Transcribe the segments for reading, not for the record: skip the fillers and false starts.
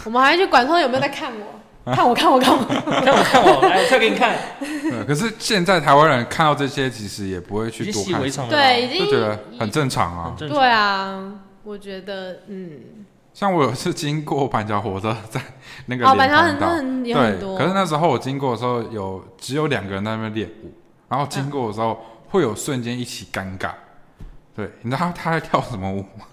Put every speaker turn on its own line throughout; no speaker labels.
我们还会去管说有没有在看我，看我，
看我，来我跳给你看。
可是现在台湾人看到这些，其实也不会去多看，
对，已经
就觉得很正常啊。
对啊，我觉得
像我有次经过板桥火车站那个
板桥
连通道，
有很多。
可是那时候我经过的时候，只有2个人在那边练舞，然后经过的时候会有瞬间一起尴尬。对，你知道他在跳什么舞吗？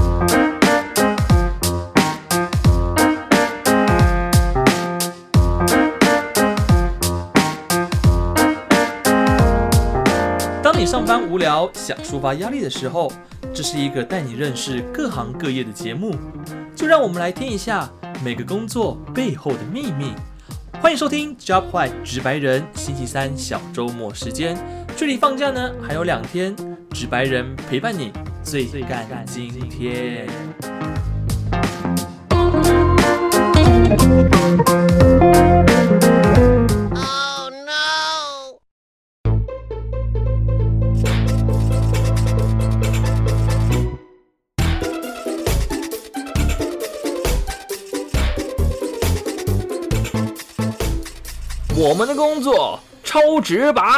当你上班无聊，想抒发压力的时候，这是一个带你认识各行各业的节目。就让我们来听一下每个工作背后的秘密。欢迎收听 Job White 直白人，星期三小周末时间，距离放假呢还有2天，直白人陪伴你最干今天。我们的工作超直白。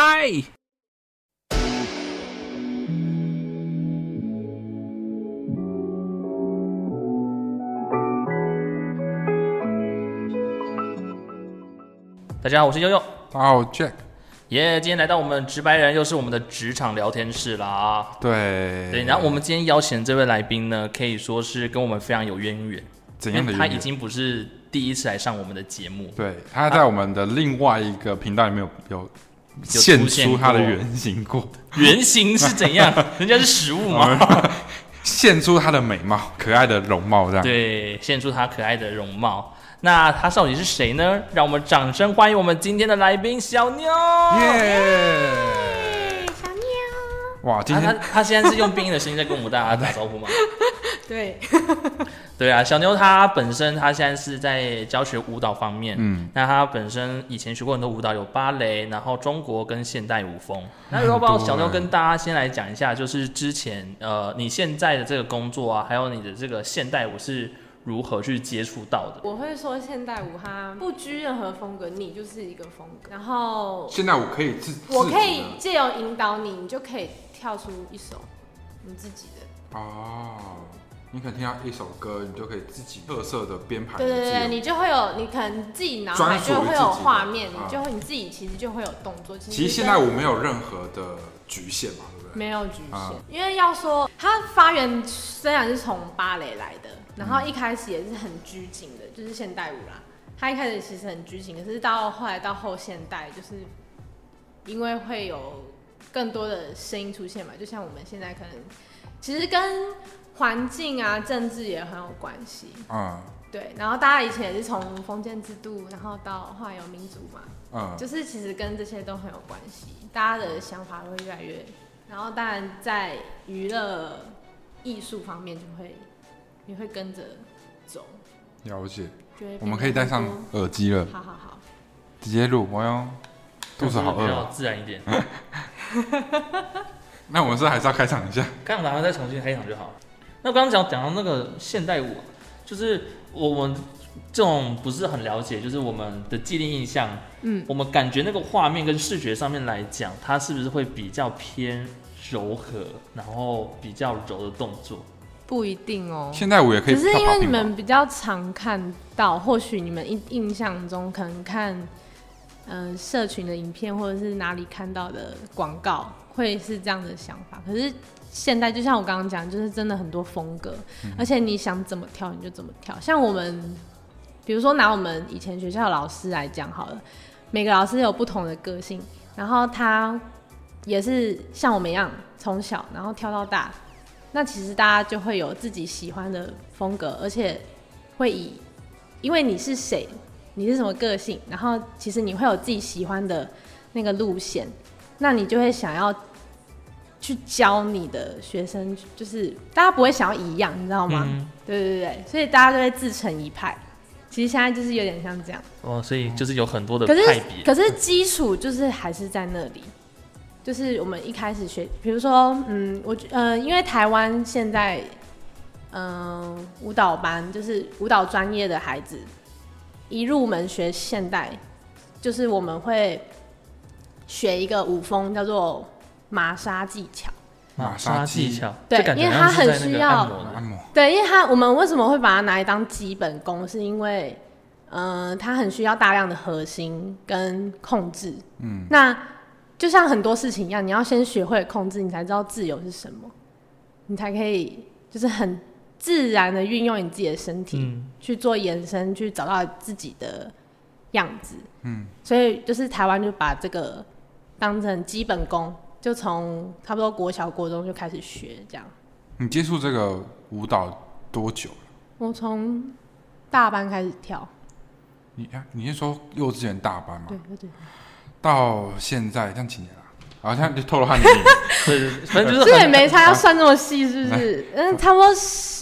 大家好，我是悠悠。
大家好，Jack。
今天来到我们直白人，又是我们的职场聊天室啦。
对，
然后我们今天邀请的这位来宾呢，可以说是跟我们非常有渊源。
怎样的渊源？
他已经不是第一次来上我们的节目。
对，他在我们的另外一个频道里面有现出他的原型过。
原型是怎样？人家是食物吗？
现出他的美貌、可爱的容貌，这样。
对，现出他可爱的容貌。那他到底是谁呢？让我们掌声欢迎我们今天的来宾小妞。
耶！
小妞。
哇，今天
他现在是用变音的声音在跟我们大家打招呼吗？
对。
对啊，小妞她本身她现在是在教学舞蹈方面，那她本身以前学过很多舞蹈，有芭蕾，然后中国跟现代舞风。那要不要小妞跟大家先来讲一下，就是之前你现在的这个工作啊，还有你的这个现代舞是如何去接触到的？
我会说现代舞它不拘任何风格，你就是一个风格。然后
现代舞可以
我可以借由引导你，你就可以跳出一首你自己的。
哦。你可能听到一首歌，你就可以自己特色的编排。
对，你就会有，你可能自己脑海就会有画面，你自己其实就会有动作。
其实现代舞没有任何的局限嘛，对不对？
没有局限，因为要说它发源虽然是从芭蕾来的，然后一开始也是很拘谨的，就是现代舞啦。它一开始其实很拘谨，可是后来到后现代，就是因为会有更多的声音出现嘛，就像我们现在可能其实跟环境啊、政治也很有关系。对，然后大家以前也是从封建制度，然后到后来有民主嘛，就是其实跟这些都很有关系，大家的想法会越来越，然后当然在娱乐艺术方面也会跟着走。
了解，我们可以戴上耳机了。
好，
直接录，我要肚子好饿，
比较自然一点。
那我们是还是要开场一下？
开场再重新开场就好。那刚刚讲到那个现代舞，就是我们这种不是很了解，就是我们的既定印象，我们感觉那个画面跟视觉上面来讲，它是不是会比较偏柔和，然后比较柔的动作？
不一定哦，
现代舞也可以。
只是因为你们比较常看到，或许你们印象中可能看社群的影片或者是哪里看到的广告，会是这样的想法。可是现代就像我刚刚讲，就是真的很多风格，而且你想怎么跳你就怎么跳。像我们，比如说拿我们以前学校的老师来讲好了，每个老师有不同的个性，然后他也是像我们一样从小然后跳到大，那其实大家就会有自己喜欢的风格，而且会因为你是谁，你是什么个性，然后其实你会有自己喜欢的那个路线，那你就会想要去教你的学生，就是大家不会想要一样，你知道吗？对，所以大家就会自成一派。其实现在就是有点像这样
所以就是有很多的派别。
可是基础就是还是在那里，就是我们一开始学，比如说因为台湾现在舞蹈班，就是舞蹈专业的孩子，一入门学现代，就是我们会学一个舞风叫做玛莎技巧。
玛莎技巧，
对，因为它很需要
按摩。
对，因为我们为什么会把它拿来当基本功，是因为它很需要大量的核心跟控制。那就像很多事情一样，你要先学会控制，你才知道自由是什么，你才可以就是很自然的运用你自己的身体、去做延伸，去找到自己的样子。所以就是台湾就把这个当成基本功，就从差不多国小国中就开始学这样。
你接触这个舞蹈多久了？
我从大班开始跳。
你是说幼稚园大班吗？
对。到
现在这样几年了？好像就透露他年龄。
对，反正就是
这也没差，要算这么细是不是？差不多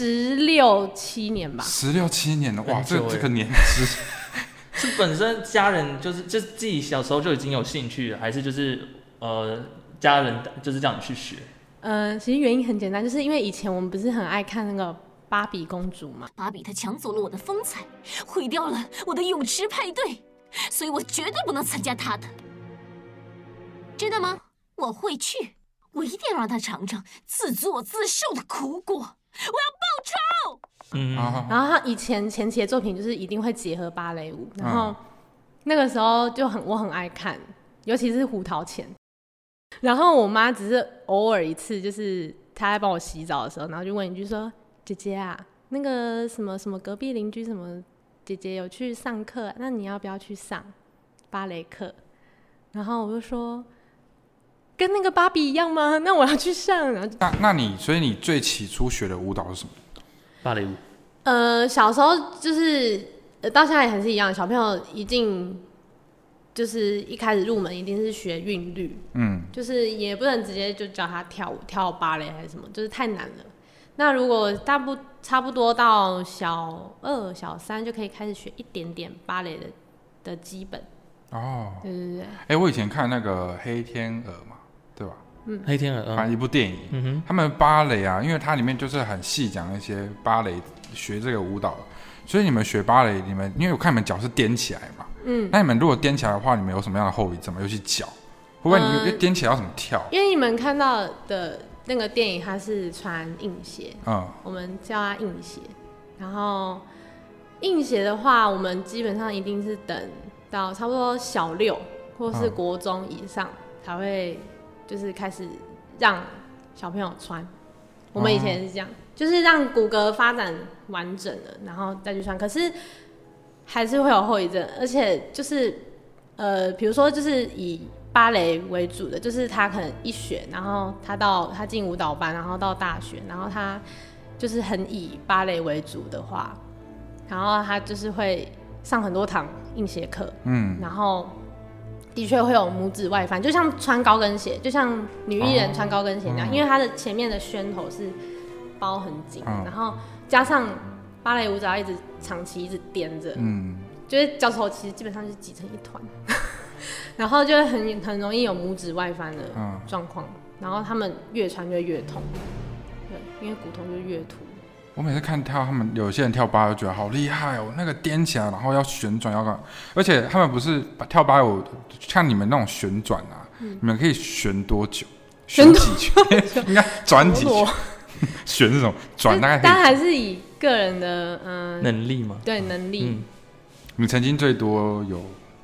16、17年吧。
16、17年了，哇，这个年纪
是本身家人就是自己小时候就已经有兴趣了，还是就是家人就是这样去学？
其实原因很简单，就是因为以前我们不是很爱看那个芭比公主嘛。
芭比她抢走了我的风采，毁掉了我的泳池派对，所以我绝对不能参加她的。知道吗？我会去，我一定要让她尝尝自作自受的苦果，我要报仇。
然后他以前前期的作品就是一定会结合芭蕾舞，然后那个时候就我很爱看，尤其是胡桃钳。然后我妈只是偶尔一次，就是她在帮我洗澡的时候，然后就问一句说：“姐姐啊，那个什么什么隔壁邻居什么姐姐有去上课，那你要不要去上芭蕾课？”然后我就说：“跟那个芭比一样吗？那我要去上。”
所以你最起初学的舞蹈是什么？
芭蕾舞。
小时候就是到现在也还是一样，小朋友一定就是一开始入门一定是学韵律，就是也不能直接就教他跳舞跳芭蕾还是什么，就是太难了。那如果差不多到小2、小3就可以开始学一点点芭蕾的基本。对。
我以前看那个黑天鹅嘛，对吧？
黑天鹅，
反正一部电影，他们芭蕾啊，因为它里面就是很细讲一些芭蕾学这个舞蹈，所以你们学芭蕾，因为我看你们脚是踮起来嘛，那你们如果踮起来的话，你们有什么样的后遗症吗？尤其脚，会不会你踮起来要怎么跳？
因为你们看到的那个电影，它是穿硬鞋，我们叫它硬鞋。然后硬鞋的话，我们基本上一定是等到差不多小6或是国中以上才会就是开始让小朋友穿。我们以前也是这样，就是让骨骼发展完整了，然后再去穿。可是还是会有后遗症，而且就是比如说就是以芭蕾为主的，就是他可能一学，然后他进舞蹈班，然后到大学，然后他就是很以芭蕾为主的话，然后他就是会上很多堂硬鞋课，然后的确会有拇指外翻，就像穿高跟鞋，就像女艺人穿高跟鞋那样，因为它的前面的楦头是包很紧，然后加上芭蕾舞者要一直长期一直踮着，就是脚头其实基本上就是挤成一团，然后就会很容易有拇指外翻的状况，然后他们越穿就越痛，对，因为骨头就越凸。
我每次看他们有些人跳芭蕾，觉得好厉害哦，那个踮起来，然后要旋转，要干嘛？而且他们不是跳芭蕾舞，像你们那种旋转啊，你们可以旋多久？旋几圈？应该转几圈？旋这种转大概可以？
但还是以个人的
能力吗？
对，能力。
你曾经最多有？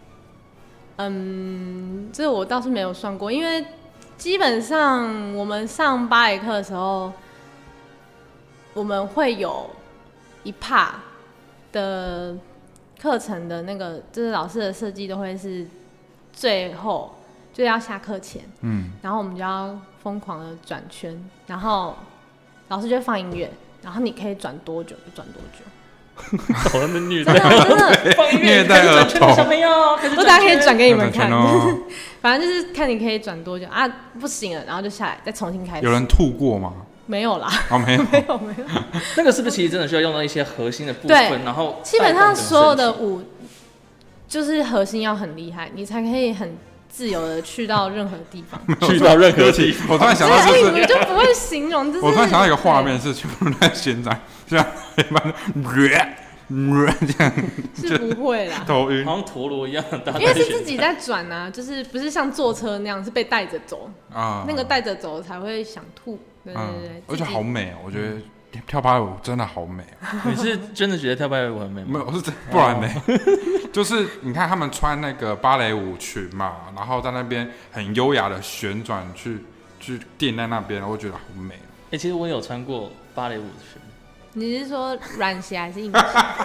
这我倒是没有算过，因为基本上我们上芭蕾课的时候，我们会有一 part 的课程的那个，就是老师的设计都会是最后就要下课前，然后我们就要疯狂的转圈，然后老师就会放音乐，然后你可以转多久就转多久。
好像虐
待，真的
放音乐开始转圈的小朋友，
我等下可以转给你们看。反正就是看你可以转多久啊，不行了，然后就下来再重新开始。
有人吐过吗？
没有啦，
没有。
那个是不是其实真的需要用到一些核心的部分？然后
基本上所有的舞就是核心要很厉害，你才可以很自由的去到任何地方。
去到任何地方。
我突然想到
所以你
就是，
们就不会形容，就是
我突然想到一个画面是全部都在旋转，这样一般这样
是不会啦。
头晕
好像陀螺一样的，
因为是自己在转啊，就是不是像坐车那样是被带着走，
啊，
那个带着走才会想吐。对对对，
而且好美哦，我觉得跳芭蕾舞真的好美哦。
你是真的觉得跳芭蕾舞很美吗？
没有，我是真不然呢？就是你看他们穿那个芭蕾舞裙嘛，然后在那边很优雅的旋转去垫在那边，我觉得好美。
其实我有穿过芭蕾舞裙。
你是说软鞋还是硬鞋？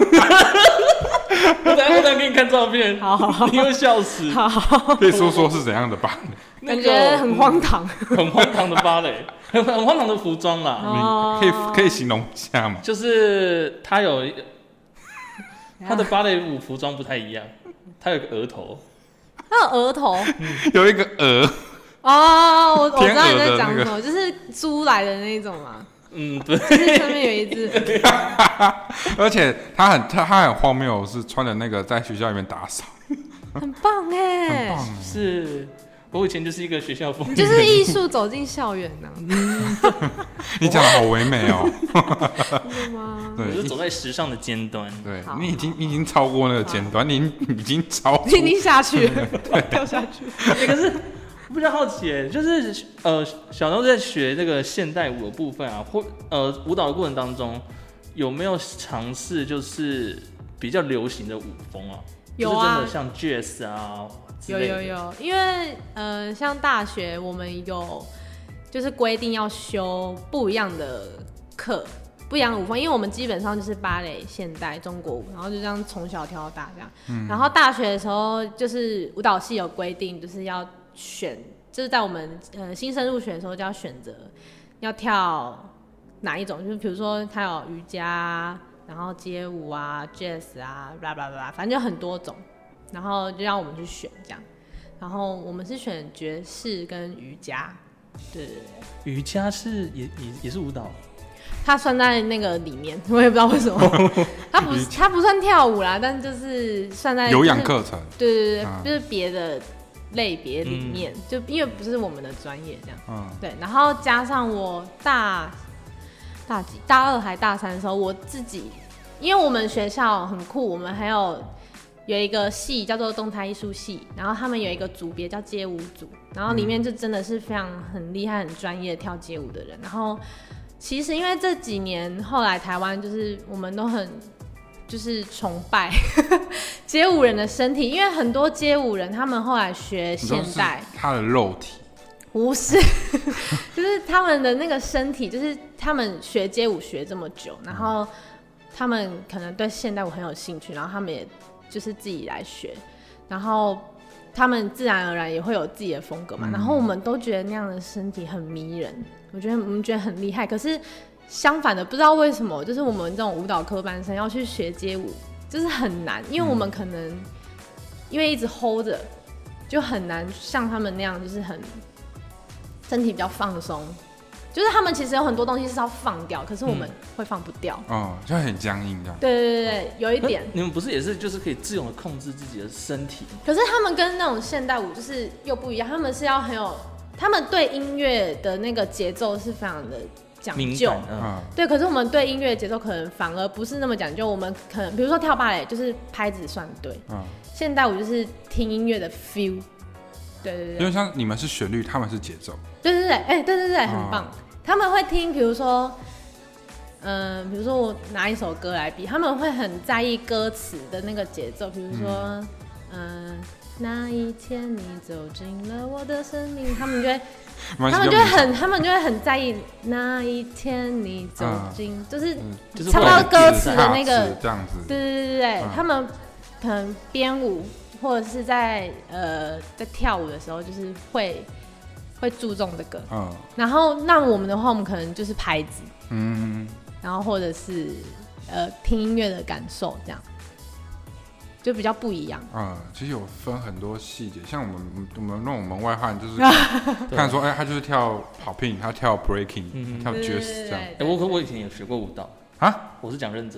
我等下给你看照片，
好，
你会笑死。
可以说说是怎样的吧？
感觉很荒唐，
很荒唐的芭蕾，很荒唐的服装啦。
哦
可以形容一下吗？
就是它有它的芭蕾舞服装不太一样，它有个额头，
它有额头。
有一个鹅
哦，我知道你在
天鹅的那个
讲什么，就是租来的那种嘛。
对，
就是上面有一只，
而且他很荒谬，是穿的那个在学校里面打扫，
很棒哎，
很棒。
是我以前就是一个学校风，
你就是艺术走进校园呢，
你讲的好唯美哦。
是吗？
我就
对
走在时尚的尖端。
对
好，
你已经超过那个尖端，你已经超出
你已经下去了，掉下去。
可是我比较好奇，就是小妞在学这个现代舞的部分啊，或舞蹈的过程当中，有没有尝试就是比较流行的舞风啊？
有啊，
就是真的像 jazz 啊之类的。
有，因为像大学我们有就是规定要修不一样的课，不一样的舞风，因为我们基本上就是芭蕾、现代、中国舞，然后就这样从小跳到大这样。然后大学的时候，就是舞蹈系有规定，就是要选，就是在我们新生入学的时候就要选择要跳哪一种，就是比如说他有瑜伽，然后街舞啊、jazz 啊，blah blah blah，反正就很多种，然后就让我们去选这样。然后我们是选爵士跟瑜伽，对，
瑜伽是也是舞蹈。
它算在那个里面，我也不知道为什么，它不算跳舞啦，但就是算在
有氧课程。
对，就是别的类别里面，就因为不是我们的专业这样，对，然后加上我大二还大三的时候，我自己，因为我们学校很酷，我们还有一个系叫做动态艺术系，然后他们有一个组别叫街舞组，然后里面就真的是非常很厉害、很专业跳街舞的人。然后其实因为这几年后来台湾就是我们都很就是崇拜街舞人的身体，因为很多街舞人他们后来学现代，
他的肉体
不是，就是他们的那个身体，就是他们学街舞学这么久，然后他们可能对现代舞很有兴趣，然后他们也就是自己来学，然后他们自然而然也会有自己的风格嘛。然后我们都觉得那样的身体很迷人，我们觉得很厉害。可是相反的，不知道为什么，就是我们这种舞蹈科班生要去学街舞，就是很难，因为我们可能因为一直 hold 着，就很难像他们那样，就是很身体比较放松。就是他们其实有很多东西是要放掉，可是我们会放不掉，
就很僵硬这样。
对，有一点。
你们不是也是就是可以自由的控制自己的身体？
可是他们跟那种现代舞就是又不一样，他们是要很有，他们对音乐的那个节奏是非常的讲究。对，可是我们对音乐节奏可能反而不是那么讲究，我们可能比如说跳芭蕾就是拍子算对，现代舞就是听音乐的 feel。对，
因为像你们是旋律，他们是节奏。
对，对，很棒。他们会听，比如说我拿一首歌来比，他们会很在意歌词的那个节奏，比如说，那一天你走进了我的生命，他们就会很在意那一天你走进，就是唱到歌词的那个
这样子。
对，他们可能编舞或者是在跳舞的时候，就是会注重这个，然后那我们的话，我们可能就是拍子，然后或者是听音乐的感受，这样就比较不一样。
其实有分很多细节，像我们那种门外汉，就是看说，他就是跳 popping， 他跳 breaking， 跳 jazz 这样。
我以前有学过舞蹈啊，我是讲认真的。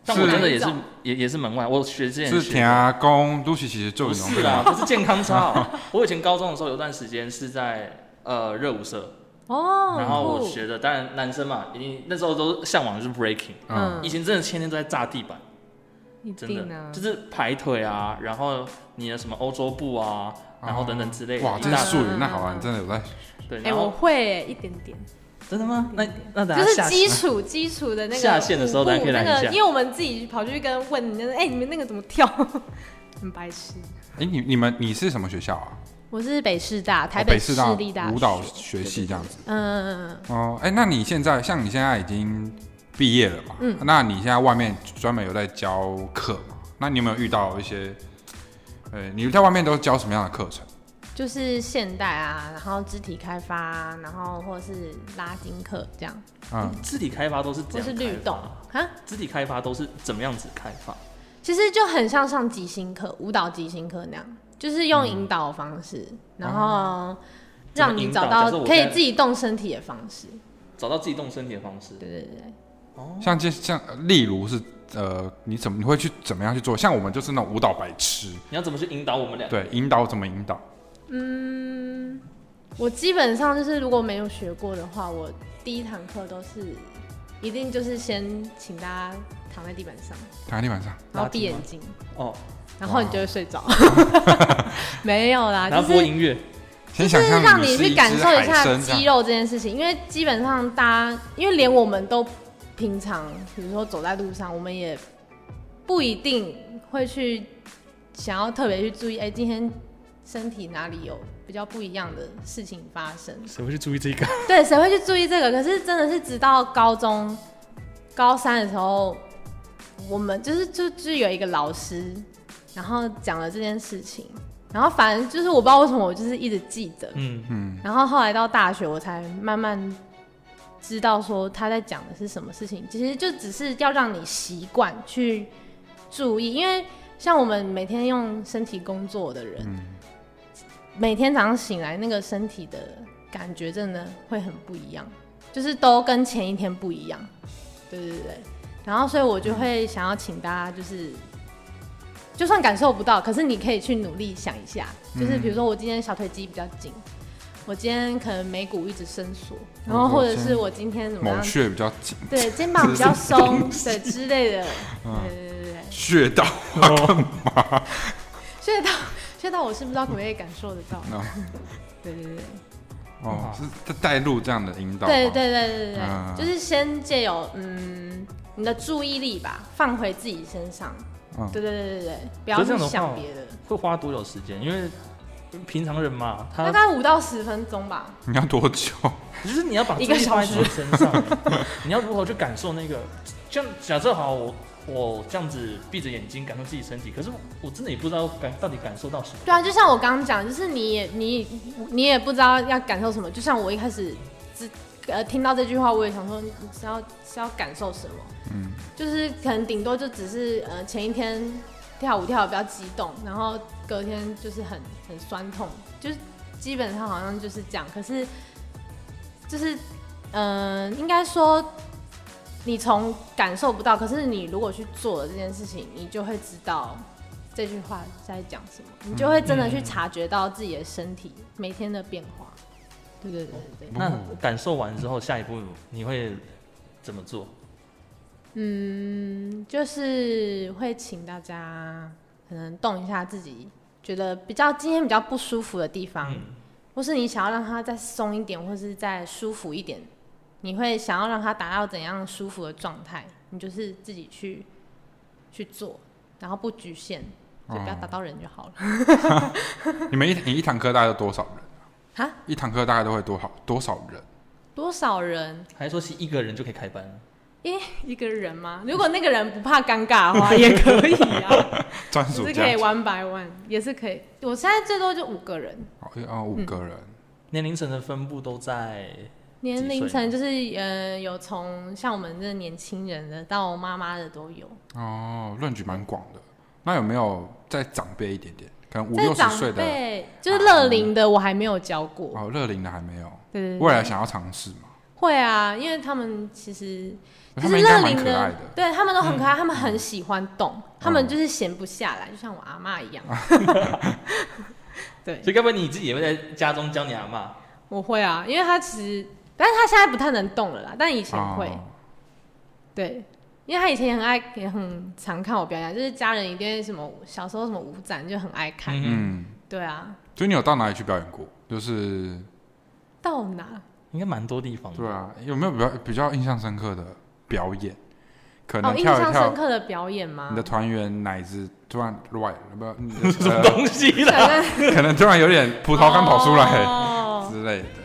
但我真的也是门外，我学之前
是听讲露西其实就
不是啦，不是健康操。我以前高中的时候有段时间是在热舞社。然后我学的，当然男生嘛，一定那时候都向往的是 breaking。以前真的天天都在炸地板，真的就是排腿啊，然后你的什么欧洲步啊，然后等等之类的。
哇，这是术语，那好玩，真的有在。
对，我会一点点。
真的吗？那等下
就是基础的那个
下线的时候，大家可以来一下。
因为我们自己跑去问你，你们那个怎么跳？很白痴。
你是什么学校啊？
我是北师大，台北市立大
舞蹈学系这样子。那你现在已经毕业了嘛？那你现在外面专门有在教课嘛？那你有没有遇到一些，你在外面都教什么样的课程？
就是现代啊，然后肢体开发，然后或者是拉筋课这样。
肢体开发都是怎样？
或是律动啊？
肢体开发都是怎么样子开发？
其实就很像上即兴课、舞蹈即兴课那样。就是用引导的方式，然后让你找到可以自己动身体的方式，
找到自己动身体的方式。
对。
像例如是你会去怎么样去做？像我们就是那种舞蹈白痴，
你要怎么去引导我们俩？
对，怎么引导？
我基本上就是如果没有学过的话，我第一堂课都是一定就是先请大家躺在地板上，然后闭眼睛。然后你就会睡着，没有啦，
然后播音乐，
就是让你去感受一下肌肉这件事情。因为基本上因为连我们都平常，比如说走在路上，我们也不一定会去想要特别去注意，今天身体哪里有比较不一样的事情发生。
谁会去注意这个？
对，谁会去注意这个？可是真的是直到高三的时候，我们就有一个老师。然后讲了这件事情，然后反正就是我不知道为什么我就是一直记得，然后后来到大学我才慢慢知道说他在讲的是什么事情，其实就只是要让你习惯去注意，因为像我们每天用身体工作的人，每天早上醒来那个身体的感觉真的会很不一样，就是都跟前一天不一样，对，然后所以我就会想要请大家就算感受不到，可是你可以去努力想一下，就是比如说我今天小腿肌比较紧，我今天可能眉骨一直伸缩，然后或者是我今天怎么样，
某穴比较紧，
对，肩膀比较松，对之类的，对。
穴道干嘛？
穴道我是不知道可不可以感受得到，对。
是带入这样的引导，
对，就是先借由你的注意力吧，放回自己身上。对，不要去想别的。
会花多久时间？因为平常人嘛，
大概5到10分钟吧。
你要多久？
就是你要把注意力放在自己身上，你要如何去感受那个？像假设好，我这样子闭着眼睛感受自己身体，可是我真的也不知道到底感受到什么。
对啊，就像我刚刚讲，就是你也不知道要感受什么。就像我一开始听到这句话，我也想说是要感受什么。就是可能顶多就只是前一天跳舞跳得比较激动，然后隔天就是很酸痛，就是基本上好像就是这样。可是就是应该说你从感受不到，可是你如果去做了这件事情，你就会知道这句话在讲什么，你就会真的去察觉到自己的身体每天的变化。对。
那感受完之后，下一步你会怎么做？
就是会请大家可能动一下自己觉得今天比较不舒服的地方，或是你想要让它再松一点，或是再舒服一点，你会想要让它达到怎样舒服的状态，你就是自己去做，然后不局限，就不要打到人就好了。
你一堂课大概有多少人？一堂课大概都会多少人？
多少人？
还是说是一个人就可以开班？
一个人吗？如果那个人不怕尴尬的话，也可以啊。
专属
是可以1 by 1，也是可以。我现在最多就5个人。
5个人。
年龄层的分布都在？
年龄层就是有从像我们这年轻人的到我妈妈的都有。
论据蛮广的。那有没有再长辈一点点？可能50、60岁的，
就是乐龄的我还没有教过。
乐龄的还没有。
对。
未来想要尝试吗？
会啊，因为他们其实
他们应该蛮可爱的，
对他们都很可爱，他们很喜欢动，他们就是闲不下来，就像我阿嬷一样。对，
所以该不会你自己也会在家中教你阿嬷？
我会啊，因为他其实，但是他现在不太能动了啦，但以前会。对，因为他以前也很常看我表演，就是家人一定会什么小时候什么舞展就很爱看。对啊。
所以你有到哪里去表演过？就是
到哪？
应该蛮多地方的。
对啊，有没有比较印象深刻的表演？可能
印象深刻的表演吗？
你的团员奶子突然乱了，不
什么东西啦？
可能突然有点葡萄干跑出来之类的。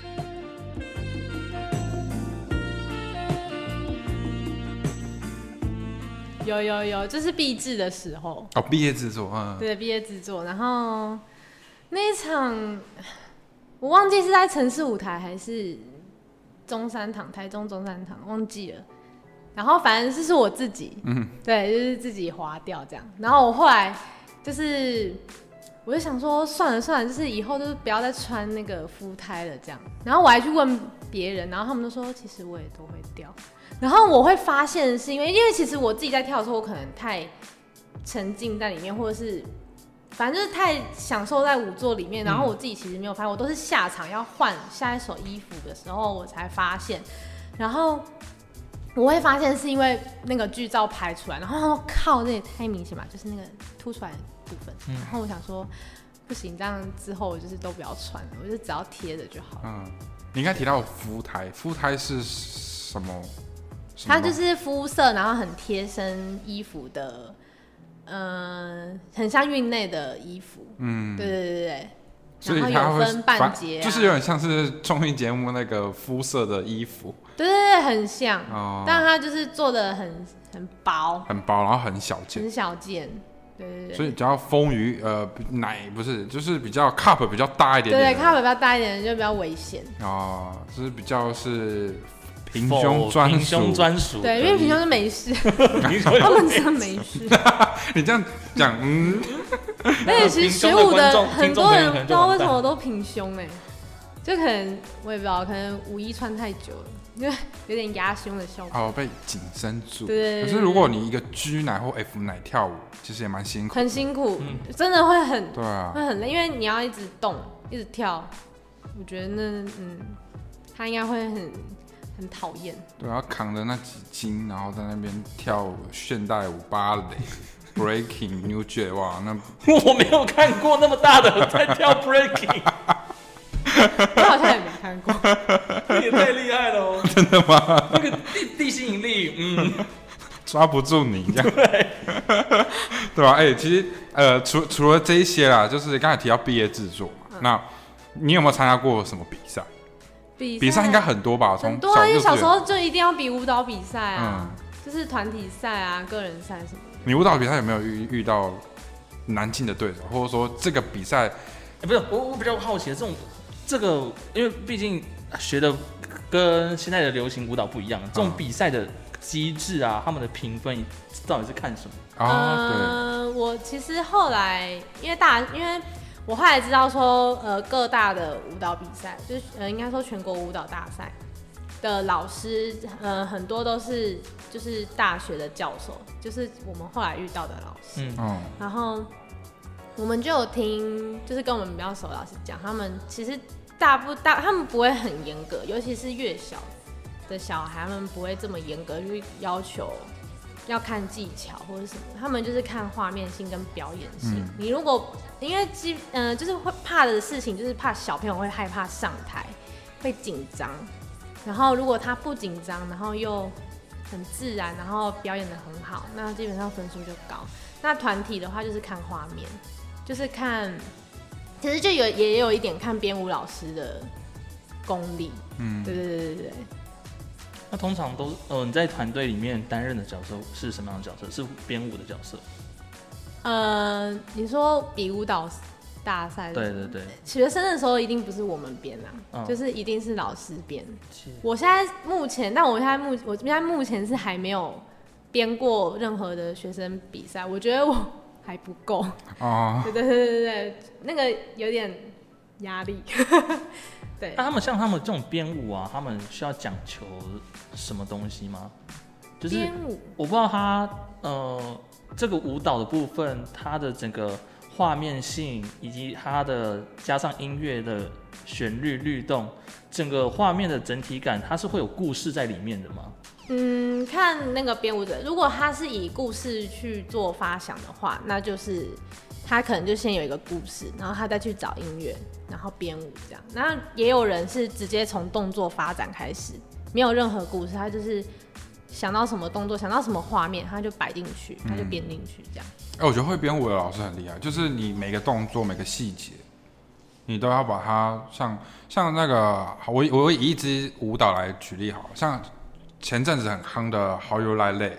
有，就是毕制的时候。
毕业制作，
对，毕业制作，然后那一场我忘记是在城市舞台还是中山堂，台中中山堂忘记了。然后反正就是我自己，对，就是自己滑掉这样。然后我后来就是我就想说算了，就是以后就是不要再穿那个肤胎了这样。然后我还去问别人，然后他们都说其实我也都会掉。然后我会发现是因为其实我自己在跳的时候，我可能太沉浸在里面，或者是反正就是太享受在舞作里面。然后我自己其实没有发现，我都是下场要换下一手衣服的时候我才发现。然后我会发现是因为那个剧照拍出来，然后他说靠，这也太明显吧，就是那个凸出来的部分。然后我想说不行，这样之后我就是都不要穿了，我就只要贴着就好了。
你应该提到肤胎，肤胎是什么？
它就是肤色，然后很贴身衣服的，很像运内的衣服。对。
所以
然后有分半截，
就是有点像是综艺节目那个肤色的衣服。
对，很像。但它就是做的很薄，
很薄，然后很小件，
很小件。对。
所以只要丰腴奶不是，就是比较 cup 比较大一点点。
对 cup 比较大一点的就比较危险。
就是比较是。平胸专属，
对，因为平胸是没事，他们真的没事。
你这样讲，
而且其实学舞的很多人不知道为什么都平胸就可能我也不知道，可能舞衣穿太久了，因为有点压胸的效果。
被紧身住。
对。
可是如果你一个 G 奶或 F 奶跳舞，其实也蛮辛苦，
很辛苦，真的会很，
对啊，
会很累，因为你要一直动，一直跳。我觉得他应该会很讨厌，
对，要扛着那几斤，然后在那边跳现代舞、芭蕾、breaking、New Jet， 哇，那
我没有看过那么大的在跳 breaking，
我好像也没看过，
你也太厉害了哦！
真的吗？
那个地心引力，
抓不住你这样，对吧？其实除了这一些啦，就是刚才提到毕业制作嘛，那你有没有参加过什么比赛？比赛应该很多吧？
很多啊，因为小时候就一定要比舞蹈比赛啊，就是团体赛啊、个人赛什么的。
你舞蹈比赛有没有遇到难进的对手，或者说这个比赛？
不是，我比较好奇的这个，因为毕竟学的跟现在的流行舞蹈不一样，这种比赛的机制啊，他们的评分到底是看什
么？
我其实后来因为我后来知道说，各大的舞蹈比赛，就是应该说全国舞蹈大赛的老师，很多都是就是大学的教授，就是我们后来遇到的老师。然后我们就有听，就是跟我们比较熟的老师讲，他们其实他们不会很严格，尤其是越小的小孩，他们不会这么严格去要求。要看技巧或者什么，他们就是看画面性跟表演性。你如果因为就是会怕的事情，就是怕小朋友会害怕上台，会紧张。然后如果他不紧张，然后又很自然，然后表演得很好，那基本上分数就高。那团体的话就是看画面，就是看，其实就也有一点看编舞老师的功力。对。
那通常都你在团队里面担任的角色是什么样的角色？是编舞的角色？
你说比舞蹈大赛？
对。
学生的时候一定不是我们编就是一定是老师编。我现在目前目前是还没有编过任何的学生比赛，我觉得我还不够。对，那个有点压力。 对。
那他们这种编舞啊，他们需要讲求什么东西吗？就是
编舞，
我不知道他这个舞蹈的部分，它的整个画面性以及它的加上音乐的旋律律动，整个画面的整体感，它是会有故事在里面的吗？
看那个编舞者，如果他是以故事去做发想的话，那就是他可能就先有一个故事，然后他再去找音乐，然后编舞这样。那也有人是直接从动作发展开始，没有任何故事，他就是想到什么动作，想到什么画面，他就摆进去，他就编进去这样。
我觉得会编舞的老师很厉害，就是你每个动作、每个细节，你都要把它像那个，我以一支舞蹈来举例好了，像前阵子很夯的 How You Like That。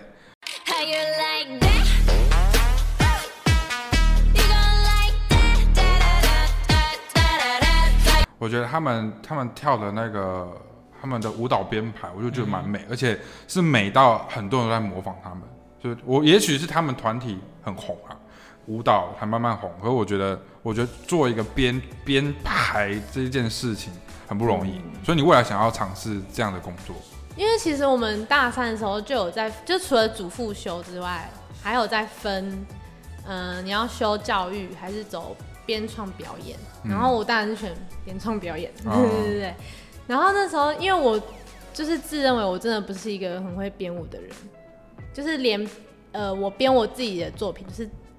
我觉得他们跳的那个他们的舞蹈编排，我就觉得蛮美，而且是美到很多人都在模仿他们。就是也许是他们团体很红啊，舞蹈还慢慢红，可是我觉得做一个编排这件事情很不容易，所以你未来想要尝试这样的工作。
因为其实我们大三的时候就有就除了主副修之外，还有在分，你要修教育还是走编创表演，然后我当然是选编创表演，对。然后那时候因为我就是自认为我真的不是一个很会编舞的人，就是连我编我自己的作品就是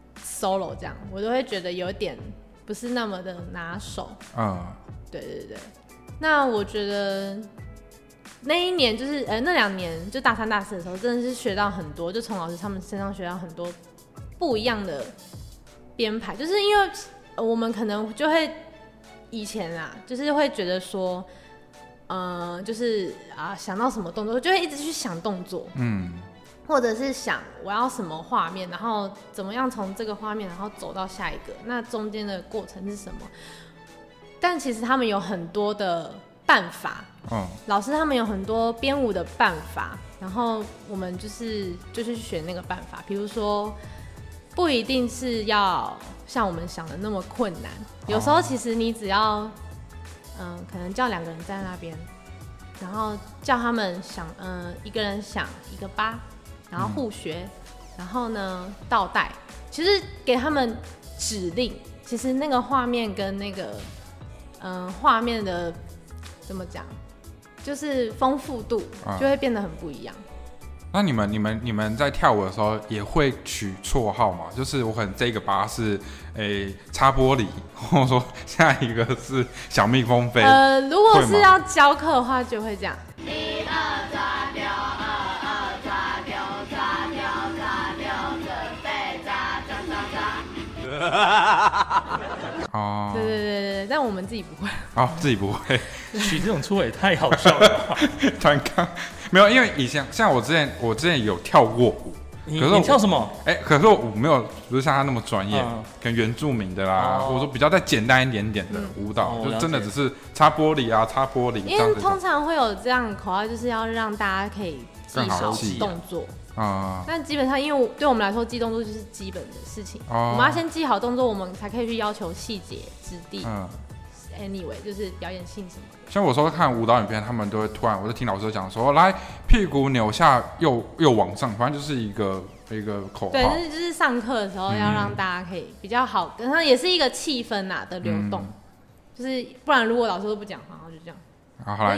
solo 这样，我都会觉得有点不是那么的拿手。对。那我觉得那一年就是那2年就大3、大4的时候，真的是学到很多，就从老师他们身上学到很多不一样的编排，就是因为我们可能就会以前啊，就是会觉得说，就是想到什么动作，就会一直去想动作，或者是想我要什么画面，然后怎么样从这个画面然后走到下一个，那中间的过程是什么？但其实他们有很多的办法，老师他们有很多编舞的办法，然后我们就是去选那个办法，比如说不一定是要像我们想的那么困难，有时候其实你只要可能叫2个人在那边，然后叫他们想一个人想一个八，然后互学，然后呢倒带，其实给他们指令，其实那个画面跟那个画面的怎么讲，就是丰富度就会变得很不一样。
那你们在跳舞的时候也会取绰号吗？就是我可能这个八是擦玻璃，或者说下一个是小蜜蜂飞。
如果是要教课的话，就会这样。1、2抓丢，2、2抓丢，抓丢抓丢，准备抓抓抓抓。对，但我们自己不会。
自己不会。
取这种绰号也太好笑了吧？
团康没有，因为以前像我之前有跳过舞，
你跳什么？
可是我舞没有不是像他那么专业，可能原住民的啦，或者说比较再简单一点点的舞蹈，就真的只是擦玻璃啊，擦玻璃。
因为通常会有这样的口号，就是要让大家可以记熟动作。但基本上，因为对我们来说，记动作就是基本的事情。我们要先记好动作，我们才可以去要求细节、质地。Anyway， 就是表演性什么的。
像我说看舞蹈影片，他们都会突然，我就听老师讲说，来屁股扭下右往上，反正就是一个口号。
对，就是上课的时候要让大家可以比较好，跟它也是一个气氛的流动。就是不然如果老师都不讲，然后就这样。
好来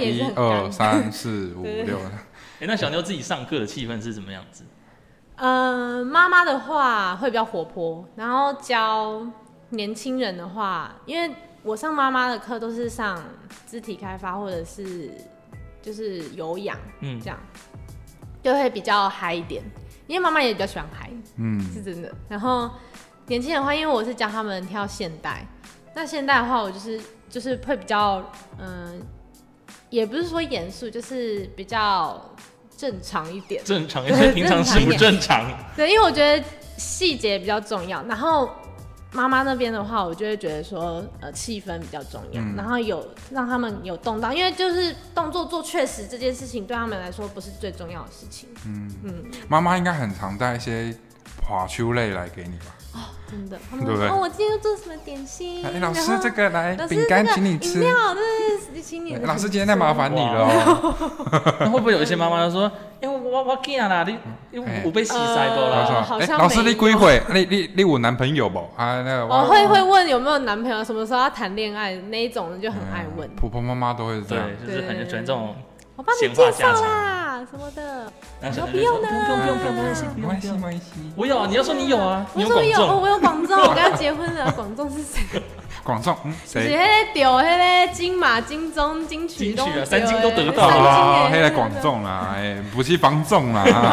，1、2、3、4、5、6。
那小妞自己上课的气氛是怎么样子？
妈妈的话会比较活泼，然后教年轻人的话，因为我上妈妈的课都是上肢体开发或者是就是有氧，这样就会比较嗨一点，因为妈妈也比较喜欢嗨，是真的。然后年轻人的话，因为我是教他们跳现代，那现代的话，我就是会比较也不是说严肃，就是比较正常一点，
正常一点，平常是不正常。
对，因为我觉得细节比较重要，然后。妈妈那边的话，我就会觉得说，气氛比较重要，然后有让他们有动到，因为就是动作做确实这件事情对他们来说不是最重要的事情。
妈妈应该很常带一些滑球类来给你吧？
真的，他们
对不对
说哦，我今天要做什么点心？
老师这个来
老师
饼干请你吃，
饮料对，请你。
老师今天太麻烦你了哦。
那会不会有一些妈妈就说，我囝啦，你有被洗腮不啦？
好像
老师你几岁？你有男朋友不？啊，那个
我会问有没有男朋友，什么时候要谈恋爱那一种人就很爱问。
婆婆妈妈都会这样，
对，就是很喜欢这种。
我帮你介绍啦，什么的。
然后
不用呢，
没关系。
我有啊，你要说你有啊，
我说有，我有广仲，我跟他结婚了。广仲是谁？
广仲，谁？
是迄个丢迄个金马、金钟、金曲都
3金都得到
哦，迄个广仲啦，不是房仲啦。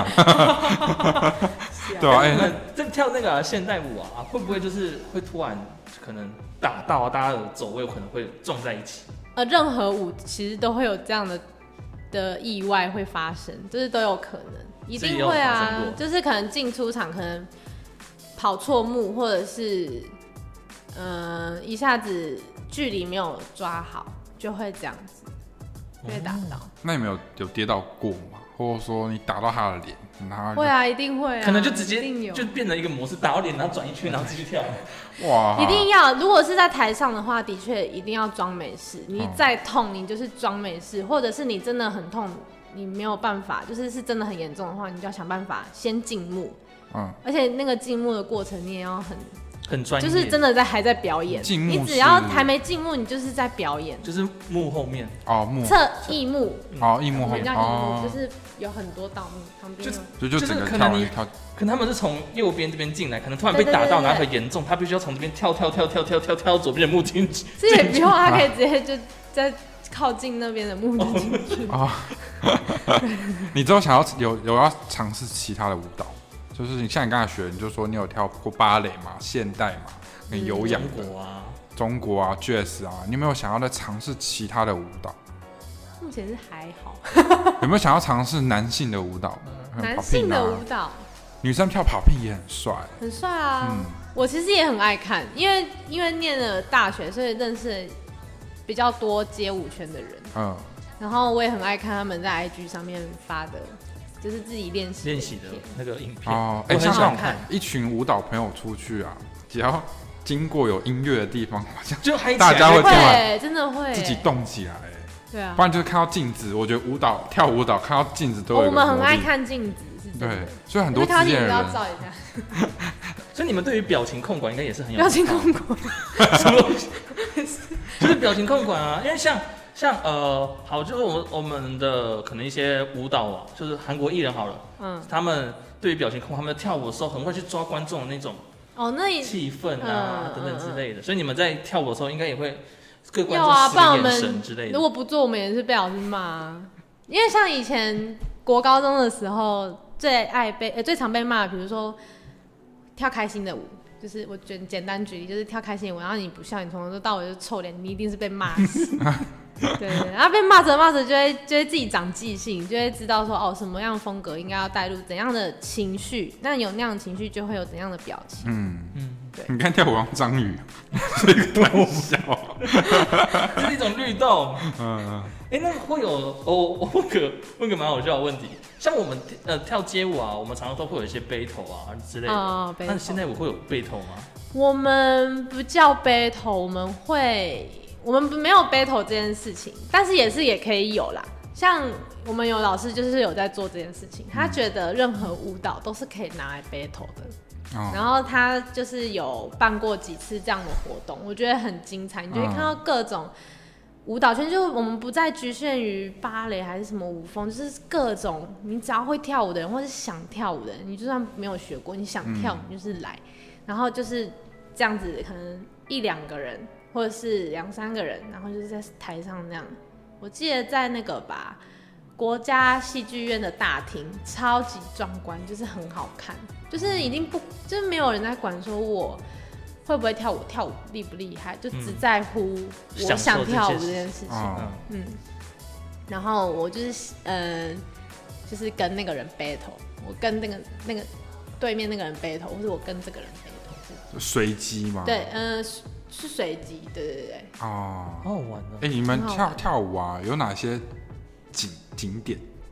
对啊，
这跳那个现代舞啊，会不会就是会突然可能打到啊，大家的走位可能会撞在一起？
任何舞其实都会有这样的意外会发生，就是都有可能，一定会啊。就是可能进出场可能跑错幕，或者是一下子距离没有抓好，就会这样子被打到。
那你们有跌倒过吗？或者说你打到他的脸？
会啊，一定会啊，
可能就直接就变成一个模式，打到脸，然后转一圈，然后继续跳。
哇！
一定要，如果是在台上的话，的确一定要装没事。你再痛，你就是装没事，或者是你真的很痛，你没有办法，就是真的很严重的话，你就要想办法先静幕。而且那个静幕的过程，你也要很专业，就是真的还在表演。你只要还没静幕，你就是在表演，
就是幕后面
侧翼幕
翼幕后面
就是有很多道幕旁边，
就整个跳一跳。
可能他们是从右边这边进来，可能突然被打到，然后很严重，他必须要从这边跳到左边的幕进去。
这也不用，他可以直接就在靠近那边的幕进去。
你之后想要有要尝试其他的舞蹈？就是你像你刚才学，你就说你有跳过芭蕾嘛、现代嘛、跟有氧的中国啊、Jazz 啊，你有没有想要再尝试其他的舞蹈？
目前是还好。
有没有想要尝试男性的舞蹈？
男性的舞蹈，
女生跳跑屁也很帅，
很帅啊！我其实也很爱看，因为念了大学，所以认识了比较多街舞圈的人。然后我也很爱看他们在 IG 上面发的。就是自己练习
的那个影片
我很想看。一群舞蹈朋友出去啊，只要经过有音乐的地方，好像就大家会突然
真的会
自己动起来。
对啊，
不然就是看到镜子。我觉得跳舞蹈看到镜子都有。
我们很爱看镜子，是真的。
对，所以很多职业人
要照一下。
所以你们对于表情控管应该也是很有
表情控管，
什么东西？就是表情控管啊，因为像好，就是我们的可能一些舞蹈啊，就是韩国艺人好了，他们对于表情控，他们跳舞的时候很会去抓观众的那种气氛啊等等之类的，所以你们在跳舞的时候应该也会各观众使个眼神之类的。
如果不做，我们也是被老师骂。因为像以前国高中的时候，最常被骂，比如说跳开心的舞。就是我觉得简单举例，就是跳开心的舞，然后你不笑，你从头到尾就臭脸，你一定是被骂死。对，然后被骂着就会自己长记性，就会知道说什么样的风格应该要带入怎样的情绪，那有那样的情绪就会有怎样的表情。对。你
看跳舞像章鱼，是一个玩笑，
是一种律动。那会有我问个蛮好笑的问题，像我们跳街舞啊，我们常常都会有一些 battle 啊之类的。那现在我会有 battle 吗？
我们不叫 battle， 我们没有 battle 这件事情，但是也可以有啦。像我们有老师就是有在做这件事情，他觉得任何舞蹈都是可以拿来 battle 的。然后他就是有办过几次这样的活动，我觉得很精彩。你就会看到各种舞蹈圈，就我们不再局限于芭蕾还是什么舞风，就是各种你只要会跳舞的人，或是想跳舞的人，你就算没有学过，你想跳你就是来，然后就是这样子，可能1-2个人。或者是2-3个人，然后就是在台上那样。我记得在那个国家戏剧院的大厅，超级壮观，就是很好看，就是已经就是没有人在管说我会不会跳舞，跳舞厉不厉害，就只在乎我想跳舞这件事情。然后我就是就是跟那个人 battle， 我跟那个对面那个人 battle， 或是我跟这个人 battle，
随机吗？
对，是随机，对。
好好玩哦！
你们跳舞啊，有哪些景点？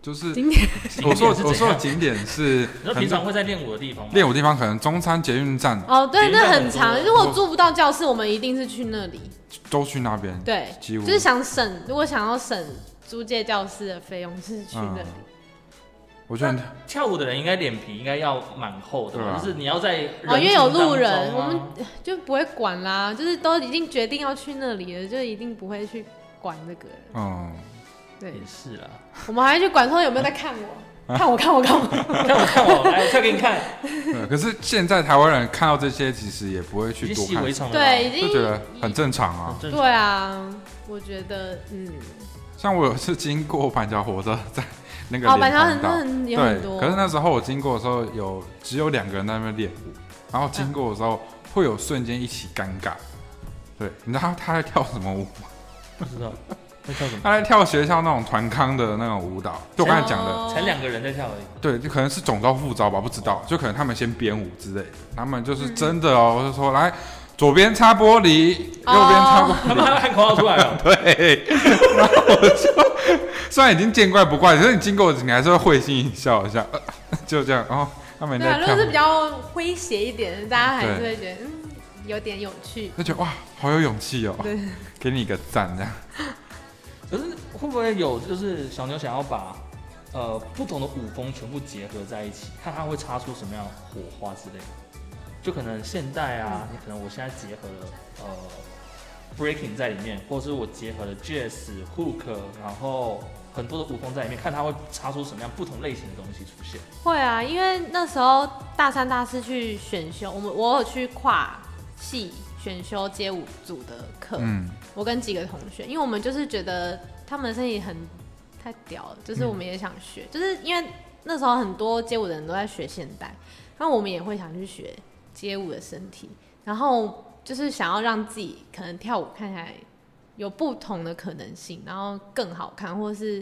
就是
景点
我说的景点是，
你说平常会在练舞的地方吗？
练舞地方可能中山捷运站
哦，对，那很
捷运站
长。
很多
如果租不到教室，我们一定是去那里。
都去那边，
对，
几乎
就是想省，如果想要省租借教室的费用，是去那里。
我觉得
跳舞的人应该脸皮应该要蛮厚的，
啊
就是你要在
哦，因为有路人，
人群当中啊
我们就不会管啦，就是都已经决定要去那里了，就一定不会去管这个人。对
也，是啦。
我们还会去管说有没有在看我，看我，
看我，来，我跳给你看。
对，可是现在台湾人看到这些，其实也不会去多看
习以为，常了吧。
对，已经
就觉得很正常啊。
很正常
对啊，我觉得
像我有次经过板桥火车站那个
哦，板桥
连环道
有很多，
可是那时候我经过的时候只有2个人在那边练舞，然后经过的时候会有瞬间一起尴尬。对，你知道他在跳什么舞吗？
不知道在跳什么，
他在跳学校那种团康的那种舞蹈，就我刚才讲的。
才2个人在跳而已。
对，就可能是总招副招吧，不知道，就可能他们先编舞之类的，他们就是真的哦，就说来左边擦玻璃，右边擦玻璃，
他们还要喊口号出来哦。
对，然后我就虽然已经见怪不怪，可是你经过你还是会会心一笑一下，就这样，哦，他们
对啊，如
在跳
果是比较诙谐一点，大家还是会觉得有点有趣。
就觉得哇，好有勇气哦，
对，
给你一个赞这样。
可是会不会有就是小牛想要把不同的舞风全部结合在一起，看它会擦出什么样的火花之类的？就可能现代啊，你可能我现在结合了breaking 在里面，或者是我结合了 jazz、hook， 然后很多的舞风在里面，看它会擦出什么样不同类型的东西出现。
会啊，因为那时候大3、大4去选修，我有去跨系选修街舞组的课，我跟几个同学，因为我们就是觉得他们的身体太屌了，就是我们也想学，就是因为那时候很多街舞的人都在学现代，然后我们也会想去学街舞的身体，然后就是想要让自己可能跳舞看起来有不同的可能性，然后更好看，或是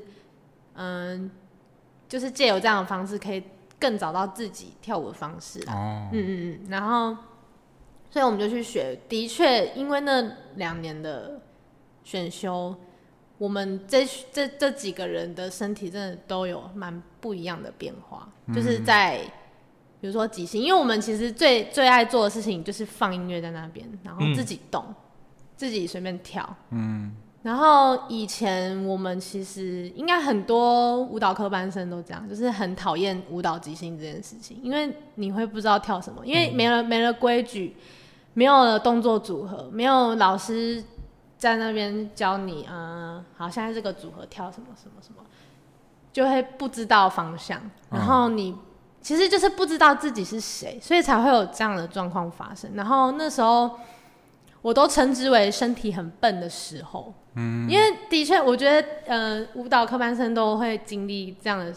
就是借由这样的方式可以更找到自己跳舞的方式啦。然后所以我们就去学，的确因为那2年的选修，我们这几个人的身体真的都有蛮不一样的变化，就是在比如说即兴，因为我们其实最爱做的事情就是放音乐在那边，然后自己动，自己随便跳。然后以前我们其实应该很多舞蹈科班生都这样，就是很讨厌舞蹈即兴这件事情，因为你会不知道跳什么，因为没了规矩，没有了动作组合，没有老师在那边教你，好，现在这个组合跳什么什么什么，就会不知道方向，然后你其实就是不知道自己是谁，所以才会有这样的状况发生。然后那时候我都称之为身体很笨的时候，因为的确我觉得舞蹈科班生都会经历这样的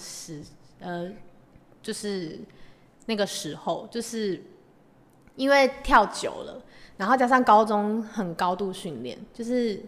就是那个时候，就是因为跳久了，然后加上高中很高度训练，就是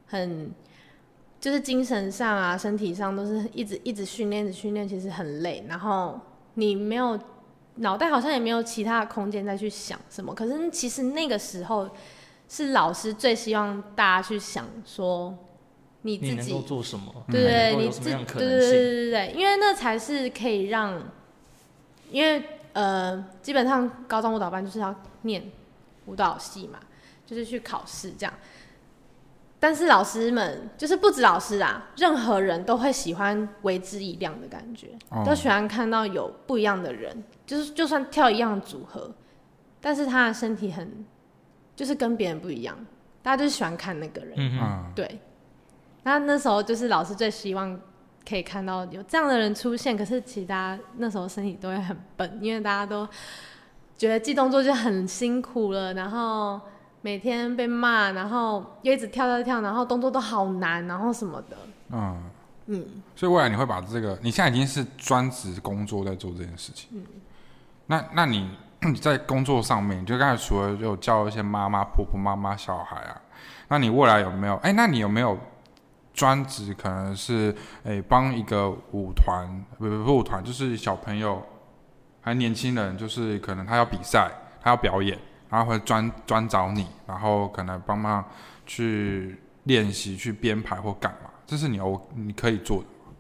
就是精神上啊、身体上都是一直训练，其实很累。然后你没有脑袋，好像也没有其他的空间再去想什么。可是其实那个时候是老师最希望大家去想说你自己
能够做什么，
对，
你自己有什么样的可能性？
对，因为那才是可以让，因为基本上高中舞蹈班就是要念舞蹈系嘛，就是去考试这样。但是老师们就是不止老师啊，任何人都会喜欢为之一亮的感觉，都喜欢看到有不一样的人，就算跳一样的组合，但是他的身体就是跟别人不一样，大家就是喜欢看那个人，对。那时候就是老师最希望可以看到有这样的人出现，可是其他那时候身体都会很笨，因为大家都觉得记动作就很辛苦了，然后每天被骂，然后又一直跳，然后动作都好难，然后什么的。
所以未来你会把这个，你现在已经是专职工作在做这件事情。那你在工作上面，就刚才除了有教一些妈妈、婆婆、妈妈、小孩啊，那你未来有没有？那你有没有专职？可能是帮一个舞团，不舞团，就是小朋友还年轻人，就是可能他要比赛，他要表演。然后会专找你，然后可能帮忙去练习、去编排或干嘛，这是你可以做的吗？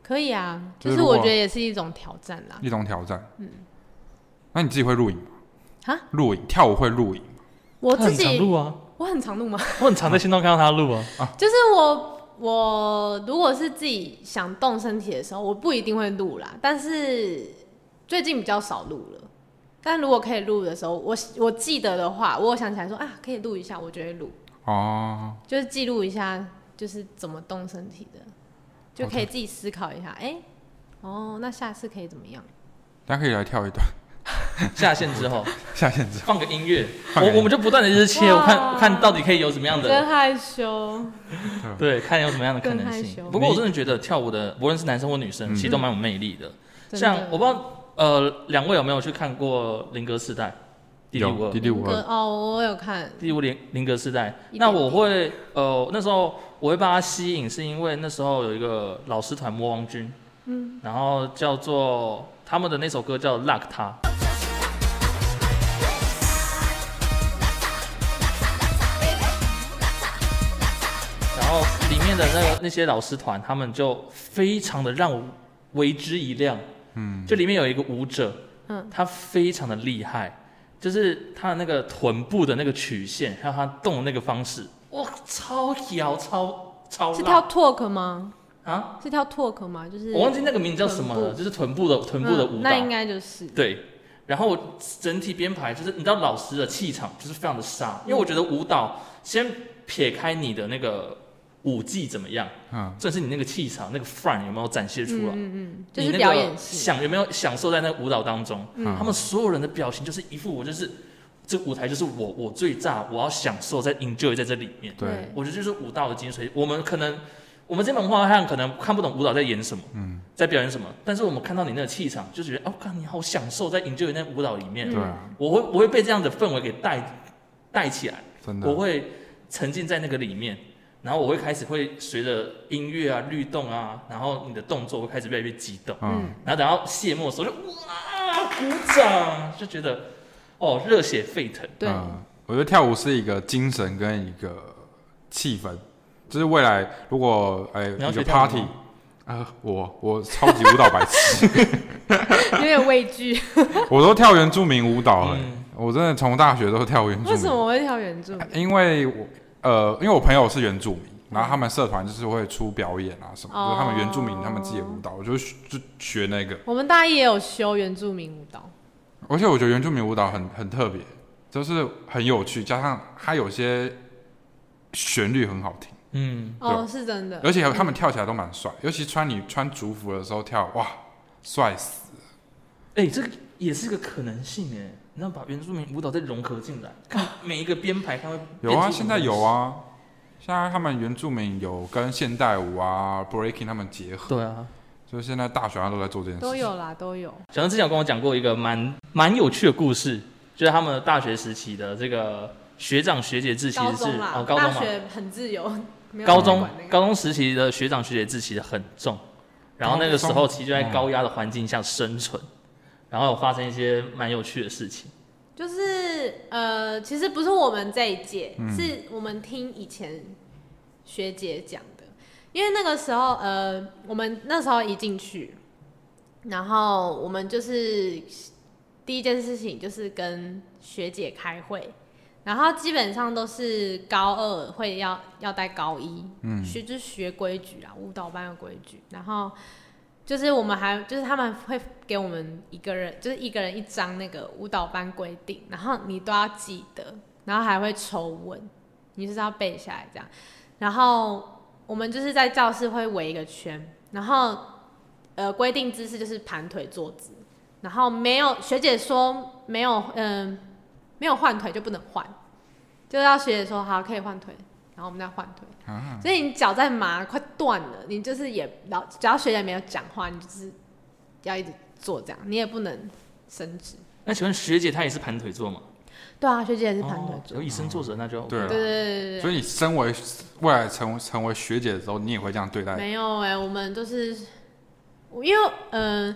可以啊，
就是
我觉得也是一种挑战啦。
一种挑战。那你自己会录影吗？
啊？
录影，跳舞会录影吗？
我自
他很常录啊，
我很常录吗？
我很常在心中看到他录啊。
就是我如果是自己想动身体的时候，我不一定会录啦，但是最近比较少录了。但如果可以录的时候，我记得的话，我有想起来说啊，可以录一下，我就会录。
哦，
就是记录一下，就是怎么动身体的，就可以自己思考一下。那下次可以怎么样？
大家可以来跳一段。
下线之后，放个音乐，我们就不断的切，我看到底可以有什么样的。
真害羞。
对，看有什么样的可能性。不过我真的觉得跳舞的，无论是男生或女生，其实都蛮有魅力的。像我不知道两位有没有去看过《林格世代》第五二？
我有看
第五林格世代。那我会那时候我会把它吸引，是因为那时候有一个老师团魔王军，然后叫做他们的那首歌叫《Luck 他》。然后里面的那些老师团，他们就非常的让我为之一亮。就里面有一个舞者，他非常的厉害，就是他的那个臀部的那个曲线，还有他动的那个方式，哇，超摇，超辣。
是跳 twerk 吗？
啊？
是跳 twerk 吗？就是
我忘记那个名字叫什么了，就是臀部的舞蹈。
那应该就是
对。然后整体编排就是你知道老师的气场就是非常的杀，因为我觉得舞蹈先撇开你的那个舞技怎么样，这是你那个气场那个 front 有没有展现出来，
就是表演性，
有没有享受在那个舞蹈当中，他们所有人的表情就是一副我就是这个舞台就是我最炸，我要享受在 enjoy 在这里面。
对，
我觉得就是舞蹈的精髓。我们这门画上可能看不懂舞蹈在演什么，在表演什么，但是我们看到你那个气场，就觉得看你好享受在 enjoy 那舞蹈里面。
对，
我会被这样的氛围给带起来，
真的，
我会沉浸在那个里面，然后我会开始会随着音乐啊律动啊，然后你的动作会开始越来越激动，然后等到谢幕的时候就哇鼓掌，就觉得热血沸腾。
对，
我觉得跳舞是一个精神跟一个气氛。就是未来如果一个 party 我超级舞蹈白痴，
有点畏惧。
我都跳原住民舞蹈我真的从大学都跳原住民。
为什么我会跳原住民？
因为我朋友是原住民，然后他们社团就是会出表演啊什么，就是他们原住民他们自己的舞蹈，我就学那个。
我们大一也有修原住民舞蹈，
而且我觉得原住民舞蹈很特别，就是很有趣，加上它有些旋律很好听。
是真的，
而且他们跳起来都蛮帅，尤其你穿族服的时候跳，哇，帅死了！
这个也是个可能性哎，你要把原住民舞蹈再融合进来，看每一个编排，它会
有啊，现在有啊，现在他们原住民有跟现代舞啊 breaking 他们结合，
对啊，
所以现在大学生都在做这件事，
都有啦，都有。
小陈之前有跟我讲过一个蛮有趣的故事，就是他们大学时期的这个学长学姐制其实是高中嘛，
大学很自由。
高中时期的学长学姐制其实很重，然后那个时候其实就在高压的环境下生存，然后有发生一些蛮有趣的事情。
就是其实不是我们这一届，是我们听以前学姐讲的，因为那个时候我们那时候一进去，然后我们就是第一件事情就是跟学姐开会。然后基本上都是高二会要带高一，就是学规矩啦，舞蹈班的规矩。然后就是我们就是他们会给我们一个人一张那个舞蹈班规定，然后你都要记得，然后还会抽问，你就是要背下来这样。然后我们就是在教室会围一个圈，然后规定姿势就是盘腿坐姿，然后没有学姐说没有换腿就不能换，就要学姐说好可以换腿，然后我们再换腿。所以你脚在麻快断了，你就是只要学姐没有讲话，你就是要一直做这样，你也不能伸直。
那请问学姐她也是盘腿坐吗？
对啊，学姐也是盘腿坐。
有以身作则那就 OK。
对。所以你身为未来成为学姐的时候，你也会这样对待？
没有我们就是因为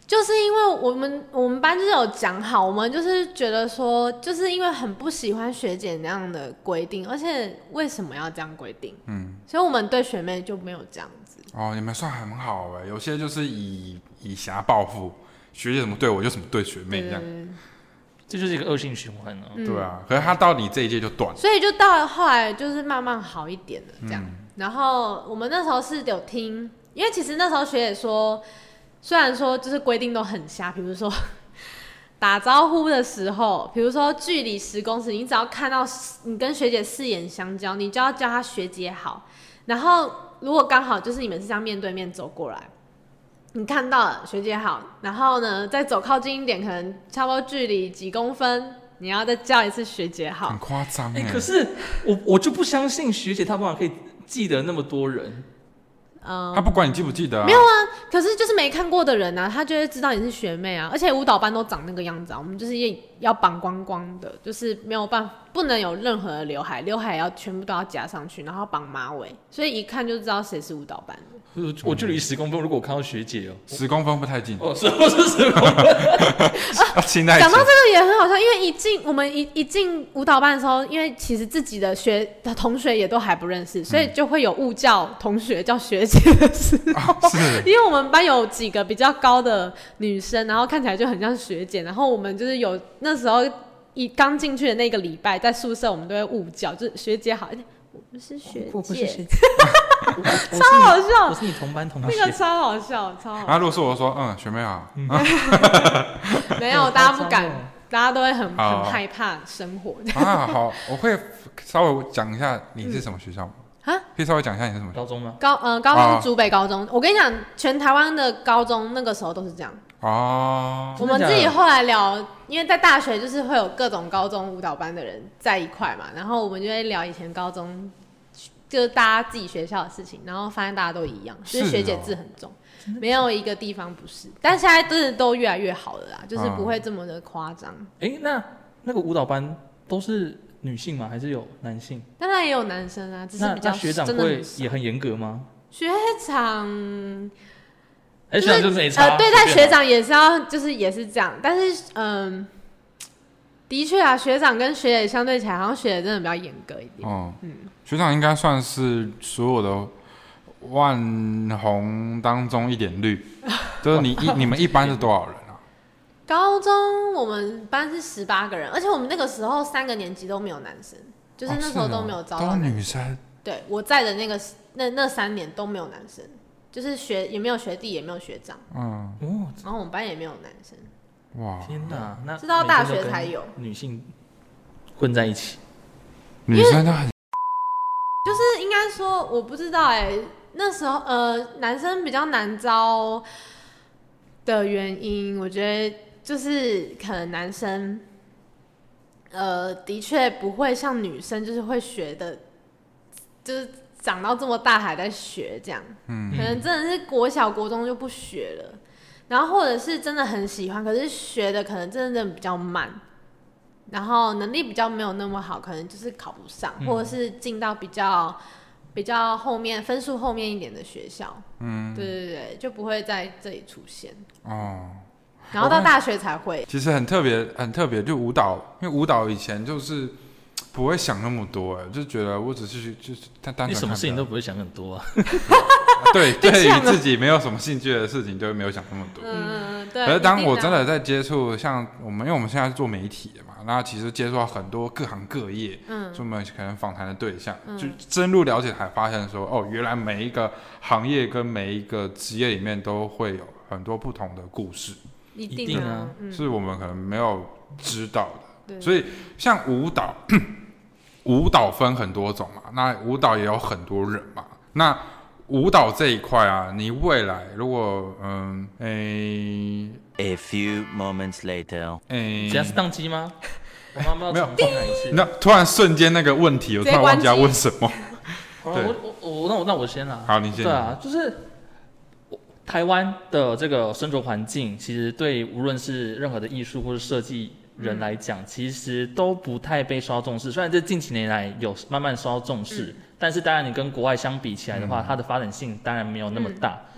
就是因为我们班就是有讲好，我们就是觉得说，就是因为很不喜欢学姐那样的规定，而且为什么要这样规定？所以我们对学妹就没有这样子。
哦，你们算很好有些就是以侠报复，学姐怎么对我就怎么对学妹这样。
这就是一个恶性循环啊。
对啊，可是他到你这一届就断，
所以就到了后来就是慢慢好一点了这样。然后我们那时候是有听，因为其实那时候学姐说。虽然说就是规定都很瞎，比如说打招呼的时候，比如说距离10公尺，你只要看到你跟学姐4眼相交，你就要叫她学姐好。然后如果刚好就是你们是这样面对面走过来，你看到了学姐好，然后呢再走靠近一点，可能差不多距离几公分，你要再叫一次学姐好。
很夸张
可是我就不相信学姐她办法可以记得那么多人。
他不管你记不记得啊，
没有啊，可是就是没看过的人啊，他就会知道你是学妹啊，而且舞蹈班都长那个样子啊，我们就是要绑光光的，就是没有办法，不能有任何的刘海要全部都要夹上去，然后绑马尾，所以一看就知道谁是舞蹈班的。
我距离10公分，如果我看到学姐
10公分不太近
是10公分。
讲到这个也很好笑，因为我们一进舞蹈班的时候，因为其实自己的同学也都还不认识，所以就会有误叫同学叫学姐的时候。因为我们班有几个比较高的女生，然后看起来就很像学姐，然后我们就是有那时候刚进去的那个礼拜，在宿舍我们都会误叫，就是学姐好。我不是学姐，
我不是学姐，
超好笑，
我是你同班同学，
那个超好笑，超好笑。
然后如果是我说学妹好，
没有，大家不敢，大家都会很害怕生活。
好，我会稍微讲一下你是什么学校吗？可以稍微讲一下你是什么学校？
高中吗？
高中是竹北高中。我跟你讲，全台湾的高中那个时候都是这样。
我
们自己后来聊，因为在大学就是会有各种高中舞蹈班的人在一块嘛，然后我们就会聊以前高中就是大家自己学校的事情，然后发现大家都一样，就是学姐制很重，没有一个地方不是。但现在真的都越来越好了啦，就是不会这么的夸张。
那个舞蹈班都是女性吗？还是有男性？
当然也有男生啊，只是比较
那学长会也很严格吗？
学长。
学长就没差。
对待学长也是要，就是也是这样，但是的确啊，学长跟学姐相对起来，好像学姐真的比较严格一点。
学长应该算是所有的万红当中一点绿，就是你们一班是多少人啊？
高中我们班是18个人，而且我们那个时候3个年级都没有男生，就是那时候都没有招到
都女生。
对，我在的那3年都没有男生。就是也没有学弟，也没有学长，然后我们班也没有男生。
哇，
天哪！那
直到大学才有
女性混在一起，
女生都很，
就是应该说，我不知道那时候男生比较难招的原因，我觉得就是可能男生的确不会像女生，就是会学的，就是长到这么大还在学这样，可能真的是国小国中就不学了，然后或者是真的很喜欢，可是学的可能真的比较慢，然后能力比较没有那么好，可能就是考不上，或者是进到比较后面分数后面一点的学校，对，就不会在这里出现然后到大学才会。
其实很特别，就舞蹈，因为舞蹈以前就是不会想那么多，就觉得我只是就是单纯看。
你什么事情都不会想很多啊。
对，对于自己没有什么兴趣的事情，就没有想那么多。
对。
可是当我真的在接触，像因为我们现在是做媒体的嘛，那其实接触到很多各行各业，所以我们可能访谈的对象，就深入了解才发现说，原来每一个行业跟每一个职业里面都会有很多不同的故事。
一定啊，
是我们可能没有知道的。所以像舞蹈，舞蹈分很多种嘛，那舞蹈也有很多人嘛。那舞蹈这一块啊，你未来如果
A few moments later，
现在是宕机吗？我们要重新来一次。
那突然瞬间那个问题，我突然忘记要问什么。
那我先啦。
好，你先。
对啊，就是台湾的这个生活环境，其实对无论是任何的艺术或是设计人来讲，其实都不太被受到重视。虽然这近几年来有慢慢受到重视，但是当然你跟国外相比起来的话，它的发展性当然没有那么大。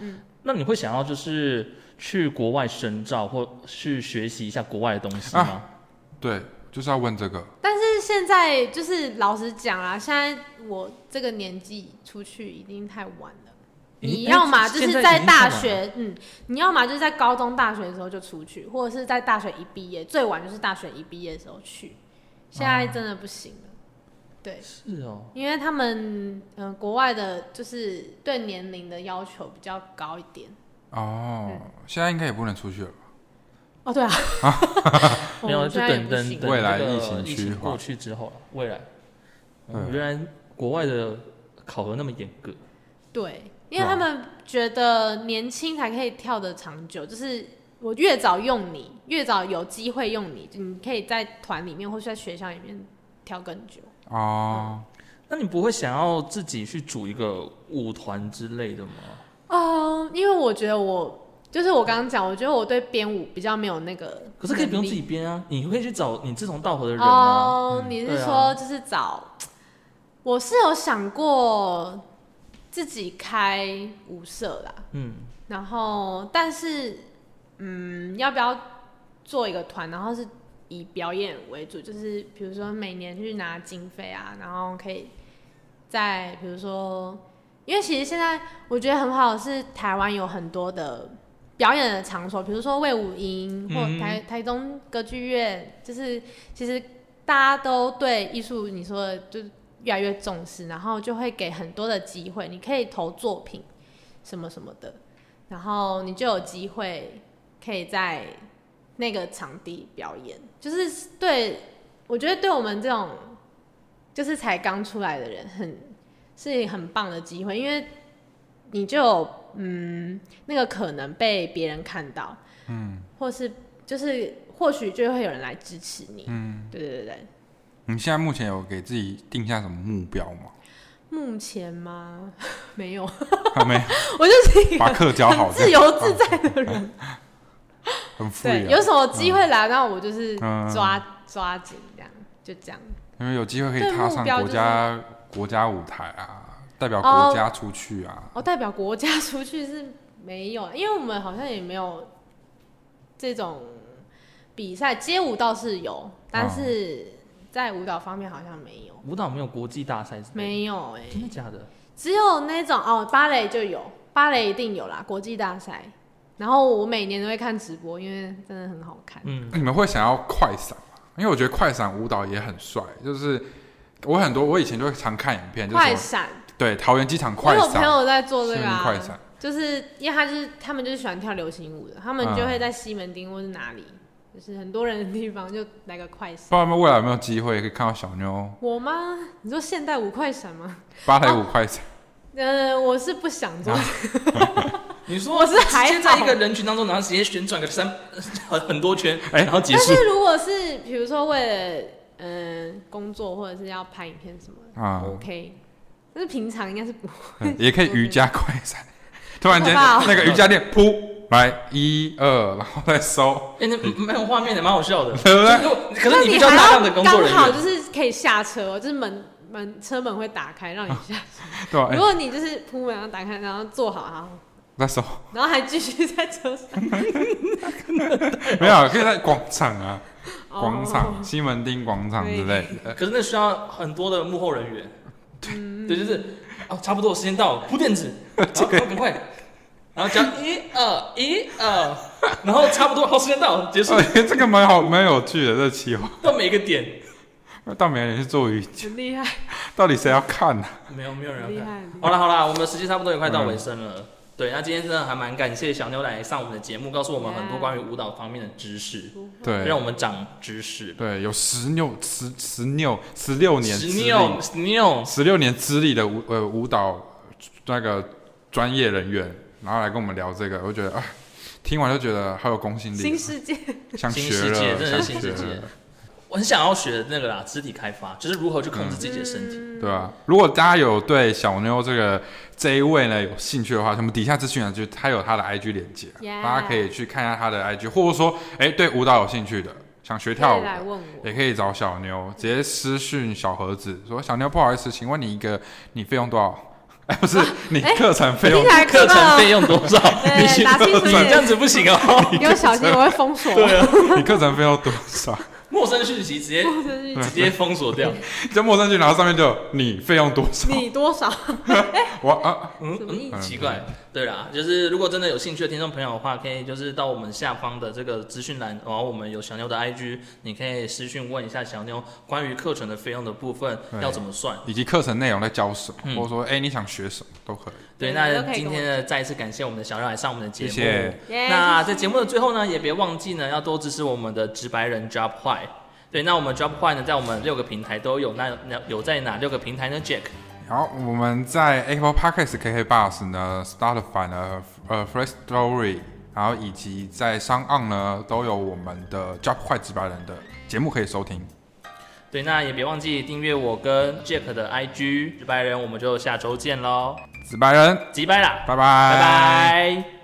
那你会想要就是去国外深造，或去学习一下国外的东西吗？
对，就是要问这个。
但是现在就是老实讲啦，现在我这个年纪出去已经太晚了。你要嘛就是在大学，你要嘛就是在高中、大学的时候就出去，或者是在大学一毕业，最晚就是大学一毕业的时候去。现在真的不行了。对，
是哦，
因为他们国外的就是对年龄的要求比较高一点。
哦，现在应该也不能出去了吧？
哦，对啊，
没有，就等
未来
疫
情
过去之后了，未来。原来国外的考核那么严格。
对，因为他们觉得年轻才可以跳得长久，就是我越早用你，越早有机会用你，你可以在团里面或是在学校里面跳更久。
哦，
那你不会想要自己去组一个舞团之类的吗？
因为我觉得就是我刚刚讲，我觉得我对编舞比较没有那个。
可是可以不用自己编啊，你可以去找你志同道合的人啊。
你是说就是找？我是有想过自己开舞社啦，然后但是要不要做一个团，然后是以表演为主，就是比如说每年去拿经费啊，然后可以在比如说，因为其实现在我觉得很好的是台湾有很多的表演的场所，比如说卫武营或台中歌剧院，就是其实大家都对艺术你说的就是越来越重视，然后就会给很多的机会，你可以投作品什么什么的，然后你就有机会可以在那个场地表演，就是对我觉得对我们这种就是才刚出来的人是很棒的机会，因为你就有那个可能被别人看到，或是就是或许就会有人来支持你，对。
你现在目前有给自己定下什么目标吗？
目前吗？没有，
没有。
我就是一个
把课教好，
自由自在的人。
很 free
对，有什么机会来，那我就是抓紧这样，就这样。
因为有机会可以踏上国家舞台啊，代表国家出去啊。
代表国家出去是没有，因为我们好像也没有这种比赛，街舞倒是有，但是在舞蹈方面好像没有。
舞蹈没有国际大赛？
没有
真的假的？
只有那种芭蕾就有，芭蕾一定有啦，国际大赛。然后我每年都会看直播，因为真的很好看。
你们会想要快闪吗？因为我觉得快闪舞蹈也很帅，就是我以前就会常看影片，就是
快闪，
对，桃园机场快闪。
我有朋友在做这个
快闪，
就是因为他们就是喜欢跳流行舞的，他们就会在西门町或是哪里，就是很多人的地方就来个快闪。
不知道未来有没有机会可以看到小妞？
我吗？你说现代舞快闪吗？
芭蕾舞快闪？
我是不想做。
你说
我是还好，
先在一个人群当中，然后直接旋转个很多圈，然后结束。
但是如果是比如说为了工作或者是要拍影片什么的，OK。但是平常应该是不会。
也可以瑜伽快闪，突然间那个瑜伽垫噗来1、2，然后再收。
那没有画面的，蛮好笑的，
对不对？
可是你比较大量的工作人员，
刚好就是可以下车，就是车门会打开让你下车。
对，
如果你就是铺门然后打开，然后坐好，然后
再收，
然后还继续在车上。
没有，可以在广场啊，广场、西门町广场之类的。
可是那需要很多的幕后人员。对，就是差不多时间到了，铺垫子，然后赶快，然后讲1、2、1、2，然后差不多好时间到了，结束。
这个蛮有趣的，这企划。
到每一个点，
到每个人去做瑜伽，
很厉害。
到底谁要看呢？
没有人要看。好啦，我们的时间差不多也快到尾声了。对，那今天真的还蛮感谢小妞来上我们的节目，告诉我们很多关于舞蹈方面的知识，
对，
让我们长知识。
对，有16年资历的舞蹈那个专业人员，然后来跟我们聊这个，我觉得听完就觉得好有公信力。
新世界，
想学了，
真的是新世界。我很想要学那个啦，肢体开发，就是如何去控制自己的身体，
对吧？如果大家有对小妞这一位呢有兴趣的话，我们底下资讯呢就他有他的 IG 连结，大家可以去看一下他的 IG， 或者说对舞蹈有兴趣的，想学跳舞的，也可以找小妞，直接私讯小盒子说小妞不好意思，请问你费用多少？ 不是你课程费用
听起来
课程费用多少？你
对，打清楚一点，
你这样子不行哦。
给我小心，我会封锁。
对啊，
你课程费用多少？
陌生讯息直接封锁掉。
在陌生讯，然后上面就有你费用多少？
你多少？什么意思？
奇怪。对啦，就是如果真的有兴趣的听众朋友的话，可以就是到我们下方的这个资讯栏，然后我们有小妞的 IG， 你可以私讯问一下小妞关于课程的费用的部分要怎么算，
以及课程内容在教什么，或者说你想学什么都可以。
对，那今天呢，再一次感谢我们的小妞来上我们的节目。
谢
谢。
那在节目的最后呢，也别忘记呢，要多支持我们的直白人 Job White。对，那我们 Job White 呢，在我们6个平台都有，有在哪6个平台呢 ，Jack？
好，我们在 Apple Podcast、KK Bus 呢、Spotify 呢、First Story， 然后以及在SoundOn呢，都有我们的 Job White 直白人的节目可以收听。
对，那也别忘记订阅我跟 Jack 的 IG 直白人，我们就下周见喽。
直白人，
击败啦，
拜拜，
拜拜。